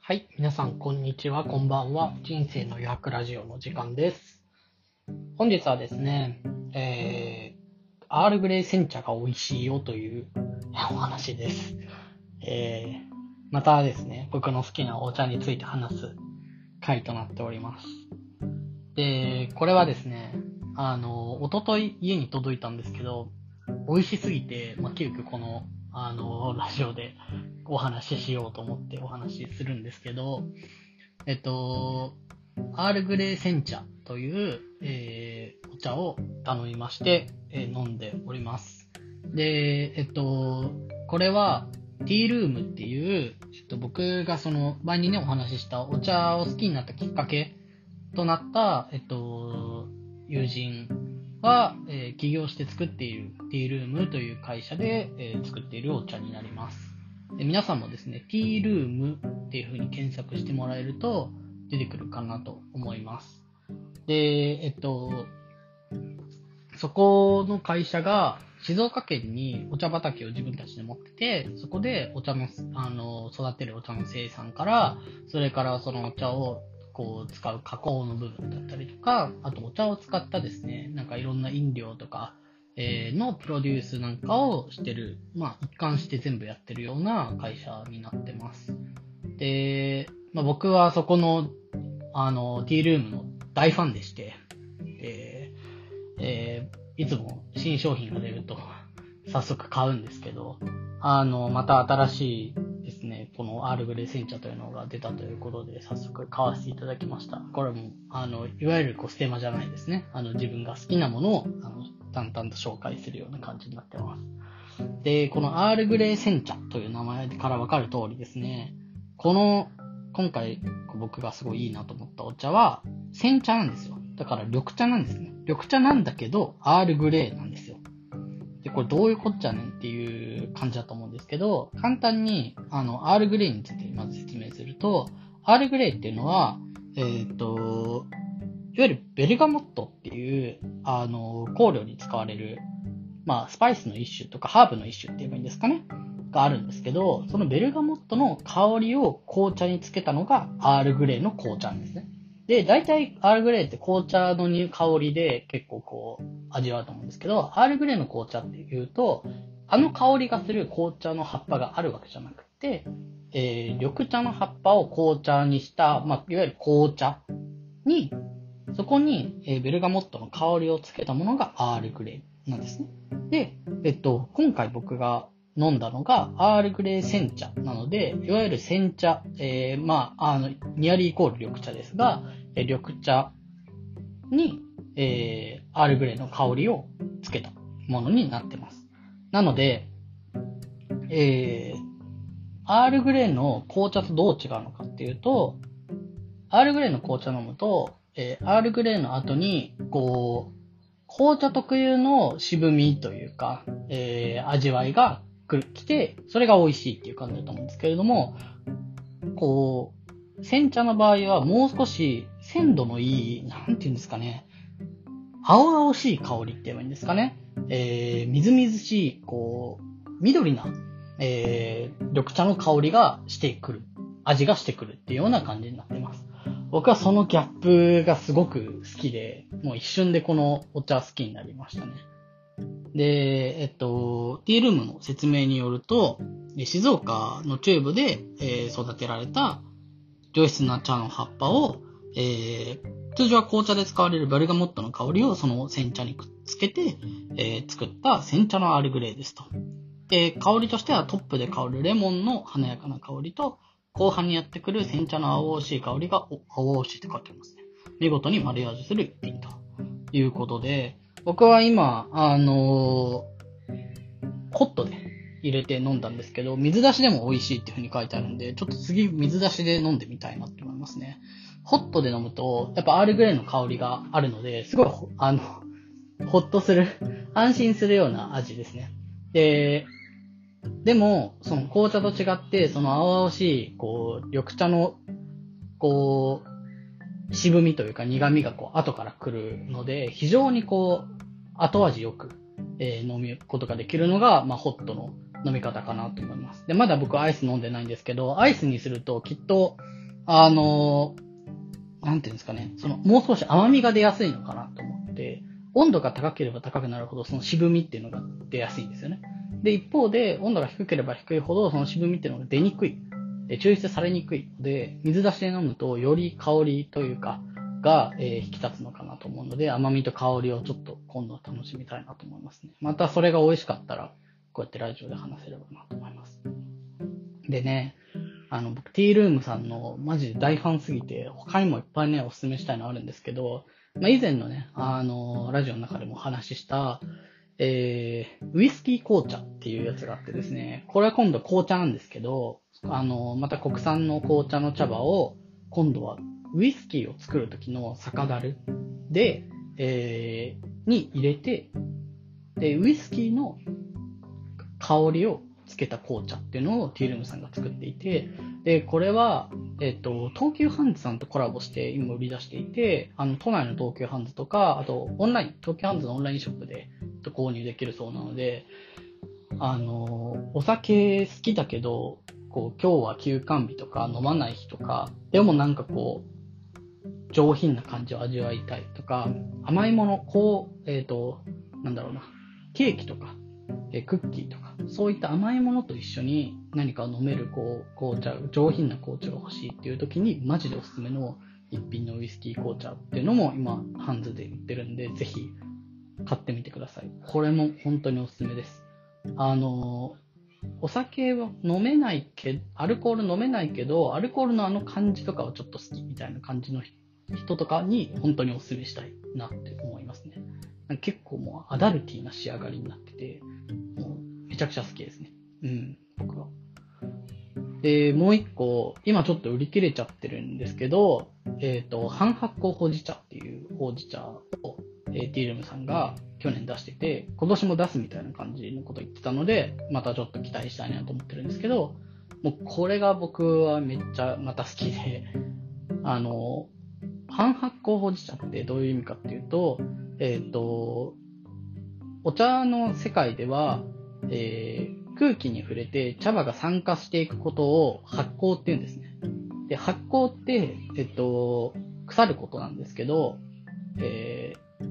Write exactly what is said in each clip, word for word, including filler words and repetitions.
はい、皆さんこんにちは、こんばんは。人生の余白ラジオの時間です。本日はですね、えー、アールグレイ煎茶が美味しいよというお話です。えー、またですね、僕の好きなお茶について話す回となっております。で、これはですね、あの、一昨日家に届いたんですけど、美味しすぎて、まあ、急遽この、あの、ラジオでお話ししようと思ってお話しするんですけど、えっと、アールグレイ煎茶という、えー、お茶を頼みまして、えー、飲んでおります。で、えっと、これは、ティールームっていう、えっと、僕がその前にねお話ししたお茶を好きになったきっかけとなった、えっと、友人が、えー起業して作っているティールームという会社で、えー作っているお茶になります。で皆さんもですね、ティールームっていう風に検索してもらえると出てくるかなと思います。で、えっと、そこの会社が静岡県にお茶畑を自分たちで持ってて、そこでお茶の、あの、育てるお茶の生産から、それからそのお茶をこう使う加工の部分だったりとか、あとお茶を使ったですね、なんかいろんな飲料とか、えーのプロデュースなんかをしてる、まあ一貫して全部やってるような会社になってます。で、まあ僕はそこの、あの、ティールームの大ファンでして、で、えーいつも新商品が出ると早速買うんですけど、あの、また新しいですね、このアールグレイ煎茶というのが出たということで、早速買わせていただきました。これも、あの、いわゆるこうステマじゃないですね。あの、自分が好きなものを、あの、淡々と紹介するような感じになってます。で、このアールグレイ煎茶という名前からわかる通りですね、この、今回僕がすごいいいなと思ったお茶は、煎茶なんですよ。だから緑茶なんですね。緑茶なんだけど、アールグレイなんですよ。で、これどういうこっちゃねんっていう感じだと思うんですけど、簡単に、あの、アールグレイについてまず説明すると、アールグレイっていうのは、えっと、いわゆるベルガモットっていう、あの、香料に使われる、まあ、スパイスの一種とかハーブの一種って言えばいいんですかね。があるんですけど、そのベルガモットの香りを紅茶につけたのがアールグレイの紅茶なんですね。で、大体アールグレイって紅茶の香りで結構こう味わうと思うんですけど、アールグレイの紅茶っていうと、あの香りがする紅茶の葉っぱがあるわけじゃなくて、えー、緑茶の葉っぱを紅茶にした、まあ、いわゆる紅茶に、そこに、えー、ベルガモットの香りをつけたものがアールグレイなんですね。で、えっと、今回僕が飲んだのがアールグレイ煎茶なので、いわゆる煎茶、えー、まあ、あの、ニアリーイコール緑茶ですが、えー、緑茶に、えー、アールグレイの香りをつけたものになってます。なので、えー、アールグレイの紅茶とどう違うのかっていうと、アールグレイの紅茶飲むと、えー、アールグレイの後に、こう、紅茶特有の渋みというか、えー、味わいが来て、それが美味しいっていう感じだと思うんですけれども、こう、煎茶の場合はもう少し鮮度のいい、なんていうんですかね、青々しい香りって言えばいいんですかね、えー、みずみずしい、こう、緑な、えー、緑茶の香りがしてくる、味がしてくるっていうような感じになっています。僕はそのギャップがすごく好きで、もう一瞬でこのお茶好きになりましたね。で、えっと、ティールームの説明によると、静岡の中部で、えー、育てられた上質な茶の葉っぱを、えー、通常は紅茶で使われるベルガモットの香りをその煎茶にくっつけて、えー、作った煎茶のアールグレイですと。で、香りとしてはトップで香るレモンの華やかな香りと、後半にやってくる煎茶の青々しい香りが、青々しいって書いてありますね。見事にマリアージュする一品ということで、僕は今、あのー、ホットで入れて飲んだんですけど、水出しでも美味しいっていう風に書いてあるんで、ちょっと次水出しで飲んでみたいなって思いますね。ホットで飲むと、やっぱアールグレイの香りがあるので、すごい、あの、ホッとする、安心するような味ですね。で、でも、その紅茶と違って、その青々しい、こう、緑茶の、こう、渋みというか苦みがこう、後から来るので、非常にこう、後味よくえー飲むことができるのが、まあ、ホットの飲み方かなと思います。で、まだ僕アイス飲んでないんですけど、アイスにするときっと、あのー、なんていうんですかね、その、もう少し甘みが出やすいのかなと思って、温度が高ければ高くなるほど、その渋みっていうのが出やすいんですよね。で、一方で、温度が低ければ低いほど、その渋みっていうのが出にくい。で抽出されにくいので、水出しで飲むと、より香りというか、が、えー引き立つのかなと思うので、甘みと香りをちょっと今度は楽しみたいなと思いますね。またそれが美味しかったら、こうやってラジオで話せればなと思います。でね、あの、僕、ティールームさんのマジで大ファンすぎて、他にもいっぱいね、おすすめしたいのあるんですけど、まあ、以前のね、あの、ラジオの中でもお話しした、えー、ウイスキー紅茶っていうやつがあってですね、これは今度紅茶なんですけど、あの、また国産の紅茶の茶葉を、今度はウイスキーを作る時の酒樽で、えー、に入れて、で、ウイスキーの香りをつけた紅茶っていうのをティールームさんが作っていて、で、これは、えっと、東急ハンズさんとコラボして今売り出していて、あの、都内の東急ハンズとか、あと、オンライン、東急ハンズのオンラインショップで購入できるそうなので、あの、お酒好きだけど、こう、今日は休館日とか飲まない日とか、でもなんかこう、上品な感じを味わいたいとか、甘いもの、こう、えっと、なんだろうな、ケーキとか、えクッキーとか、そういった甘いものと一緒に何か飲めるこう紅茶、上品な紅茶が欲しいっていう時に、マジでおすすめの一品のウイスキー紅茶っていうのも今、ハンズで売ってるんで、ぜひ買ってみてください。これも本当におすすめです。あの、お酒は飲めないけど、アルコール飲めないけど、アルコールのあの感じとかはちょっと好きみたいな感じの人とかに本当におすすめしたいなって思いますね。結構もうアダルティーな仕上がりになってて、もうめちゃくちゃ好きですね。うん、僕は。で、もう一個、今ちょっと売り切れちゃってるんですけど、えっと、半発酵ほうじ茶っていうほうじ茶を、えー、ティールームさんが去年出してて、今年も出すみたいな感じのこと言ってたので、またちょっと期待したいなと思ってるんですけど、もうこれが僕はめっちゃまた好きで、あの、半発酵ほうじ茶ってどういう意味かっていうと、えっと、お茶の世界では、えー、空気に触れて茶葉が酸化していくことを発酵って言うんですね。で、発酵って、えっと、腐ることなんですけど、え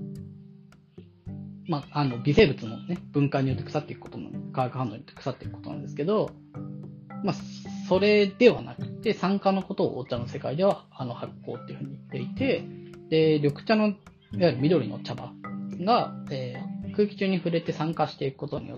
ー、まあ、あの、微生物のね、分解によって腐っていくことの、化学反応によって腐っていくことなんですけど、まあ、それではなくて、酸化のことをお茶の世界では、あの、発酵っていうふうに言っていて、で、緑茶の、いわゆる緑の茶葉が、えー、空気中に触れて酸化していくことによって、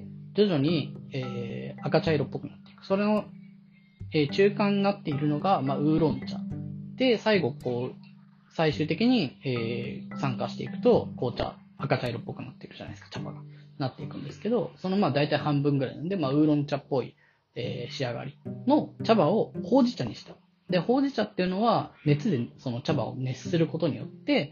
徐々に、えー、赤茶色っぽくなっていく。それの、えー、中間になっているのが、まあ、ウーロン茶。で、最後、こう、最終的に、えー、酸化していくと、紅茶、赤茶色っぽくなっていくじゃないですか、茶葉が。なっていくんですけど、そのまあ大体半分ぐらいなんで、まあウーロン茶っぽい、えー、仕上がりの茶葉をほうじ茶にした。で、ほうじ茶っていうのは熱でその茶葉を熱することによって、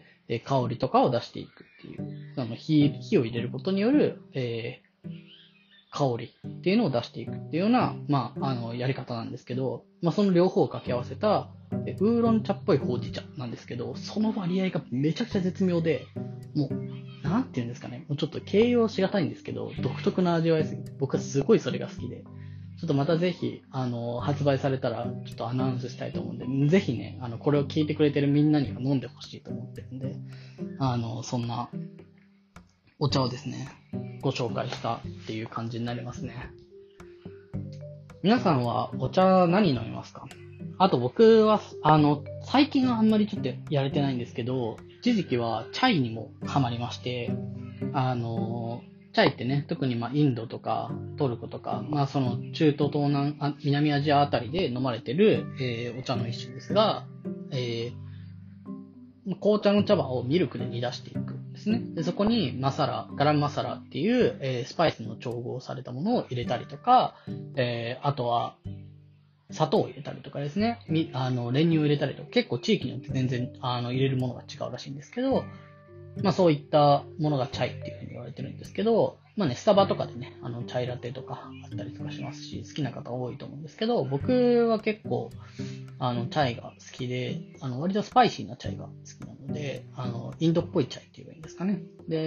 えー、香りとかを出していくっていう、その火、火を入れることによる、えー、香りっていうのを出していくっていうような、まあ、あの、やり方なんですけど、まあその両方を掛け合わせた、ウーロン茶っぽいほうじ茶なんですけど、その割合がめちゃくちゃ絶妙で、もう、なんていうんですかね、もうちょっと形容しがたいんですけど、独特な味わいすぎて、僕はすごいそれが好きで、ちょっとまたぜひ、あの、発売されたら、ちょっとアナウンスしたいと思うんで、ぜひね、あの、これを聞いてくれてるみんなには飲んでほしいと思ってるんで、あの、そんな、お茶をですね、ご紹介したっていう感じになりますね。皆さんはお茶何飲みますか？あと僕は、あの、最近はあんまりちょっとやれてないんですけど、一時期はチャイにもハマりまして、あの、チャイってね、特にまあインドとかトルコとか、まあその中東東南あ、南アジアあたりで飲まれてる、えー、お茶の一種ですが、えー、紅茶の茶葉をミルクで煮出していくんですね。で、そこにマサラ、ガラムマサラっていう、えー、スパイスの調合されたものを入れたりとか、えー、あとは、砂糖を入れたりとかですね、みあの練乳を入れたりとか、結構地域によって全然あの入れるものが違うらしいんですけど、まあそういったものがチャイっていうふうに言われてるんですけど、まあね、スタバとかでね、あのチャイラテとかあったりとかしますし、好きな方多いと思うんですけど、僕は結構、あの、チャイが好きで、あの、割とスパイシーなチャイが好きなので、あの、インドっぽいチャイって言えばいいんですかね。で、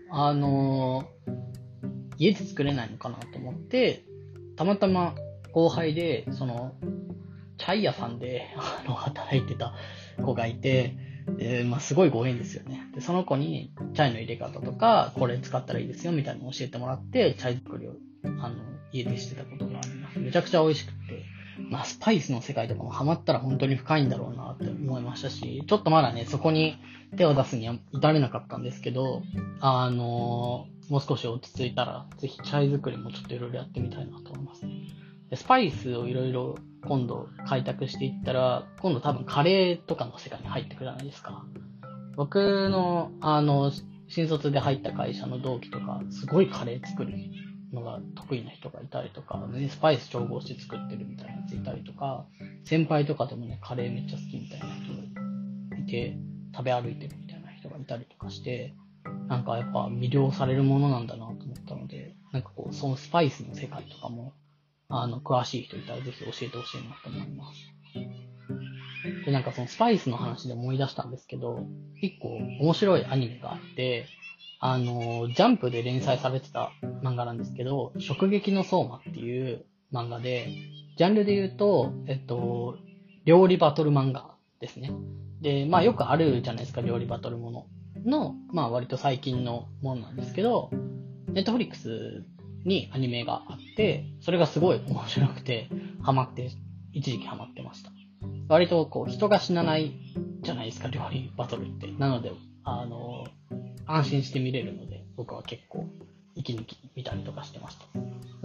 あのー、家で作れないのかなと思って、たまたま後輩で、その、チャイ屋さんで、あの、働いてた子がいて、で、まあ、すごいご縁ですよね。で、その子に、チャイの入れ方とか、これ使ったらいいですよ、みたいなのを教えてもらって、チャイ作りを、あの、家でしてたことがあります。めちゃくちゃ美味しくて、まあ、スパイスの世界とかもハマったら本当に深いんだろうなって思いましたし、ちょっとまだね、そこに手を出すには至れなかったんですけど、あのー、もう少し落ち着いたら、ぜひチャイ作りもちょっといろいろやってみたいなと思いますね。でスパイスをいろいろ今度開拓していったら、今度多分カレーとかの世界に入ってくるじゃないですか。僕の、あの、新卒で入った会社の同期とか、すごいカレー作るのが得意な人がいたりとか、ね、スパイス調合して作ってるみたいなやついたりとか、先輩とかでもね、カレーめっちゃ好きみたいな人がいて、食べ歩いてるみたいな人がいたりとかして、なんかやっぱ魅了されるものなんだなと思ったので、なんかこう、そのスパイスの世界とかも、あの、詳しい人いたらぜひ教えてほしいなと思います。で、なんかそのスパイスの話で思い出したんですけど、一個面白いアニメがあって、あの、ジャンプで連載されてた漫画なんですけど、食撃の相馬っていう漫画で、ジャンルで言うと、えっと、料理バトル漫画ですね。で、まあよくあるじゃないですか、料理バトルものの、まあ割と最近のものなんですけど、ネットフリックスにアニメがあって、それがすごい面白くて、ハマって、一時期ハマってました。割とこう、人が死なないじゃないですか、料理バトルって。なので、あの、安心して見れるので、僕は結構、息抜き見たりとかしてました。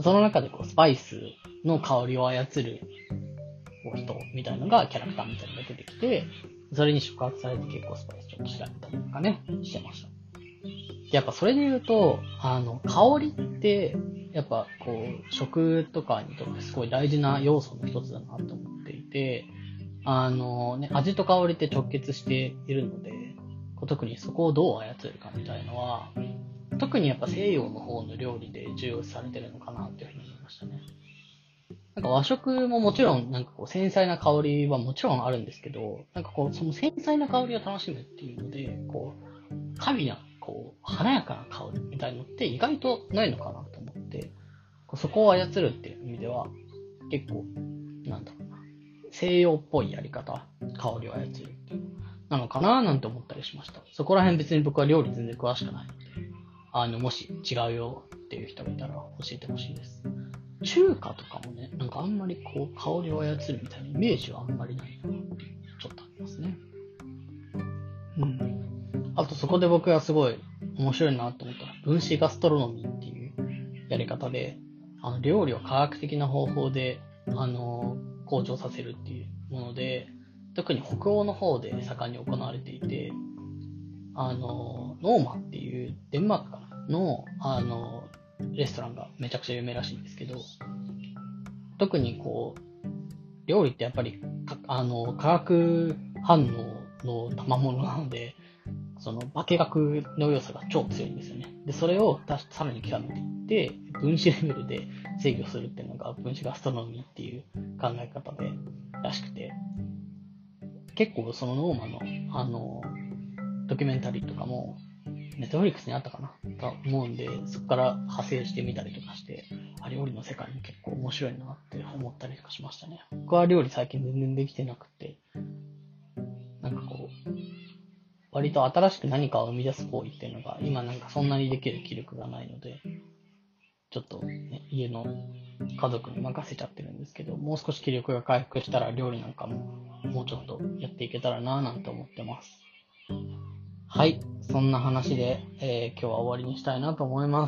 その中でこう、スパイスの香りを操る人みたいなのが、キャラクターみたいなのが出てきて、それに触発されて結構スパイスちょっと調べたりとかね、してました。やっぱそれで言うと、あの、香りって、やっぱこう、食とかにとってすごい大事な要素の一つだなと思っていて、あのね、味と香りって直結しているので、特にそこをどう操るかみたいのは、特にやっぱ西洋の方の料理で重要視されてるのかなっていうふうに思いましたね。なんか和食ももちろんなんかこう繊細な香りはもちろんあるんですけど、なんかこうその繊細な香りを楽しむっていうので、こう、華美な、こう、華やかな香りみたいのって意外とないのかなと思って、そこを操るっていう意味では、結構、なんだろうな、西洋っぽいやり方、香りを操るっていう、なのかななんて思ったりしました。そこら辺別に僕は料理全然詳しくないので、あの、もし違うよっていう人がいたら教えてほしいです。中華とかもね、なんかあんまりこう、香りを操るみたいなイメージはあんまりないなってちょっとありますね。うん。あとそこで僕がすごい面白いなと思ったら、分子ガストロノミーっていうやり方で、あの、料理を科学的な方法で、あの、向上させるっていうもので、特に北欧の方で盛んに行われていて、あの、ノーマっていうデンマークかなの、あの、レストランがめちゃくちゃ有名らしいんですけど、特にこう、料理ってやっぱり、あの、化学反応の賜物なので、その化学の要素が超強いんですよね。で、それをさらに極めていって、分子レベルで制御するっていうのが分子ガストロノミーっていう考え方で、らしくて、結構そのノーマの、あの、ドキュメンタリーとかも、ネットフリックスにあったかなと思うんで、そこから派生してみたりとかして、あ、料理の世界も結構面白いなって思ったりとかしましたね。僕は料理最近全然できてなくて、なんかこう、割と新しく何かを生み出す行為っていうのが、今なんかそんなにできる気力がないので、ちょっと、ね、家の家族に任せちゃってるんですけど、もう少し気力が回復したら料理なんかももうちょっとやっていけたらなぁなんて思ってます。はい。そんな話で、えー、今日は終わりにしたいなと思います。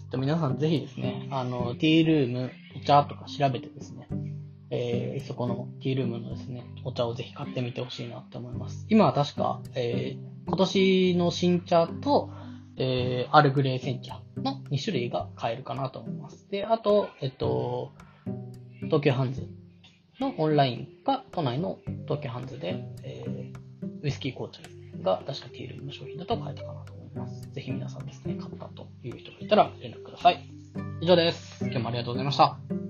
で皆さんぜひですね、あの、ティールーム、お茶とか調べてですね、えー、そこのティールームのですね、お茶をぜひ買ってみてほしいなって思います。今は確か、えー、今年の新茶と、えー、アールグレー煎茶のに種類が買えるかなと思います。で、あと、えっと、東急ハンズのオンラインか、都内の東急ハンズで、えー、ウイスキー紅茶が確かティールームの商品だと買えたかなと思います。ぜひ皆さんですね、買ったという人がいたら連絡ください。以上です。今日もありがとうございました。